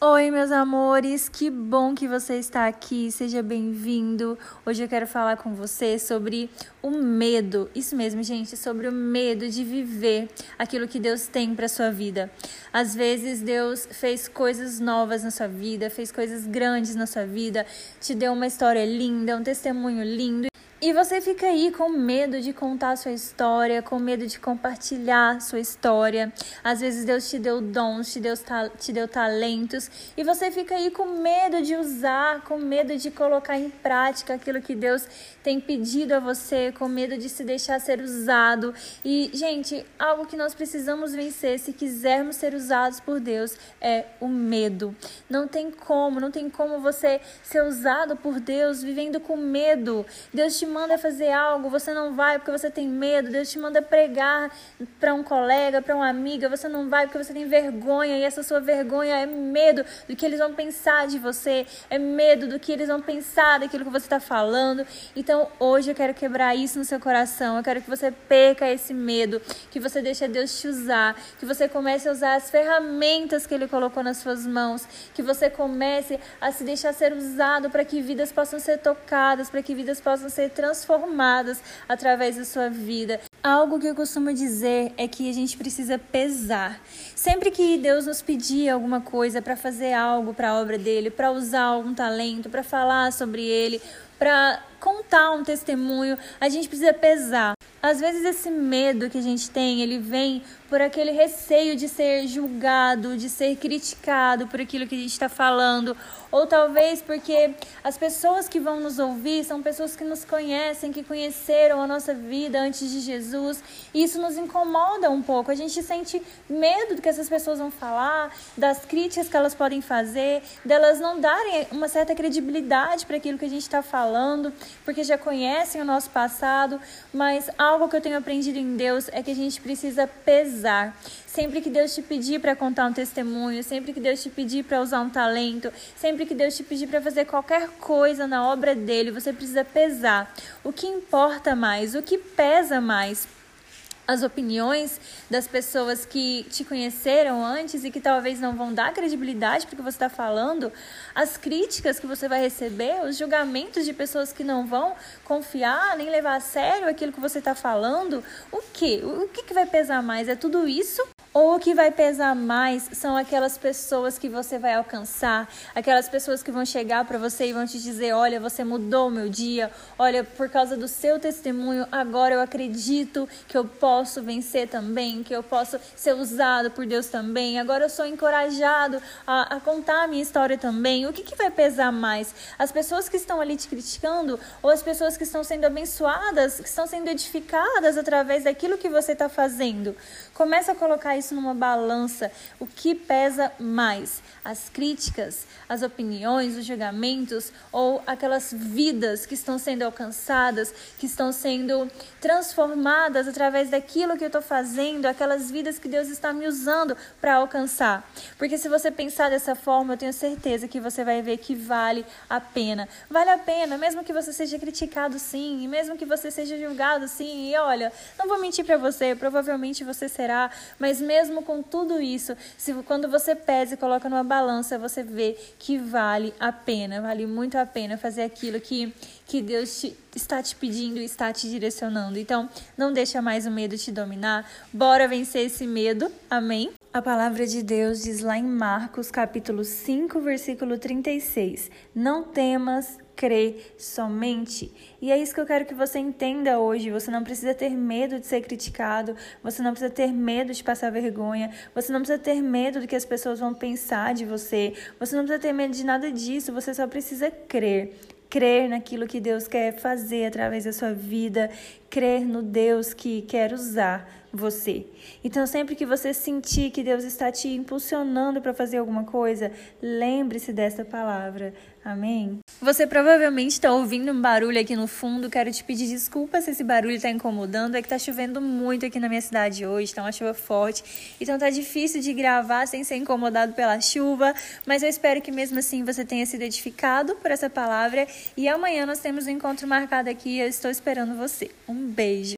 Oi, meus amores, que bom que você está aqui, seja bem-vindo. Hoje eu quero falar com você sobre o medo, isso mesmo, gente, sobre o medo de viver aquilo que Deus tem para sua vida. Às vezes Deus fez coisas novas na sua vida, fez coisas grandes na sua vida, te deu uma história linda, um testemunho lindo. E você fica aí com medo de contar a sua história, com medo de compartilhar sua história. Às vezes Deus te deu dons, te deu talentos, e você fica aí com medo de usar, com medo de colocar em prática aquilo que Deus tem pedido a você, com medo de se deixar ser usado. E, gente, algo que nós precisamos vencer se quisermos ser usados por Deus é o medo. Não tem como você ser usado por Deus vivendo com medo. Deus te manda fazer algo, você não vai porque você tem medo. Deus te manda pregar para um colega, para uma amiga, você não vai porque você tem vergonha, e essa sua vergonha é medo do que eles vão pensar de você, é medo do que eles vão pensar daquilo que você está falando. Então hoje eu quero quebrar isso no seu coração, eu quero que você perca esse medo, que você deixe Deus te usar, que você comece a usar as ferramentas que Ele colocou nas suas mãos, que você comece a se deixar ser usado para que vidas possam ser tocadas, para que vidas possam ser transformadas através da sua vida. Algo que eu costumo dizer é que a gente precisa pesar. Sempre que Deus nos pedir alguma coisa para fazer algo para a obra dele, para usar algum talento, para falar sobre ele, para contar um testemunho, a gente precisa pesar. Às vezes esse medo que a gente tem, ele vem por aquele receio de ser julgado, de ser criticado por aquilo que a gente está falando, ou talvez porque as pessoas que vão nos ouvir são pessoas que nos conhecem, que conheceram a nossa vida antes de Jesus, e isso nos incomoda um pouco. A gente sente medo do que essas pessoas vão falar, das críticas que elas podem fazer, delas não darem uma certa credibilidade para aquilo que a gente está falando, porque já conhecem o nosso passado. Mas algo que eu tenho aprendido em Deus é que a gente precisa pesar. Sempre que Deus te pedir para contar um testemunho, sempre que Deus te pedir para usar um talento, sempre que Deus te pedir para fazer qualquer coisa na obra dele, você precisa pesar. O que importa mais? O que pesa mais? As opiniões das pessoas que te conheceram antes e que talvez não vão dar credibilidade para o que você está falando, as críticas que você vai receber, os julgamentos de pessoas que não vão confiar nem levar a sério aquilo que você está falando. O que vai pesar mais? É tudo isso? Ou o que vai pesar mais são aquelas pessoas que você vai alcançar, aquelas pessoas que vão chegar para você e vão te dizer: olha, você mudou o meu dia, olha, por causa do seu testemunho, agora eu acredito que eu posso vencer também, que eu posso ser usado por Deus também, agora eu sou encorajado a contar a minha história também. O que vai pesar mais? As pessoas que estão ali te criticando ou as pessoas que estão sendo abençoadas, que estão sendo edificadas através daquilo que você está fazendo? Começa a colocar isso numa balança. O que pesa mais? As críticas, as opiniões, os julgamentos, ou aquelas vidas que estão sendo alcançadas, que estão sendo transformadas através daquilo que eu estou fazendo, aquelas vidas que Deus está me usando para alcançar? Porque se você pensar dessa forma, eu tenho certeza que você vai ver que vale a pena. Vale a pena, mesmo que você seja criticado sim, e mesmo que você seja julgado sim, e olha, não vou mentir para você, provavelmente você será, mas mesmo com tudo isso, quando você pesa e coloca numa balança, você vê que vale a pena, vale muito a pena fazer aquilo que Deus está te pedindo e está te direcionando. Então, não deixa mais o medo te dominar. Bora vencer esse medo, amém? A palavra de Deus diz lá em Marcos, capítulo 5, versículo 36. Não temas, crê somente. E é isso que eu quero que você entenda hoje. Você não precisa ter medo de ser criticado, você não precisa ter medo de passar vergonha, você não precisa ter medo do que as pessoas vão pensar de você, você não precisa ter medo de nada disso, você só precisa crer. Crer naquilo que Deus quer fazer através da sua vida, crer no Deus que quer usar você. Então, sempre que você sentir que Deus está te impulsionando para fazer alguma coisa, lembre-se dessa palavra. Amém? Você provavelmente está ouvindo um barulho aqui no fundo. Quero te pedir desculpa se esse barulho está incomodando. É que está chovendo muito aqui na minha cidade hoje, está uma chuva forte. Então está difícil de gravar sem ser incomodado pela chuva. Mas eu espero que mesmo assim você tenha sido edificado por essa palavra. E amanhã nós temos um encontro marcado aqui. Eu estou esperando você. Um beijo.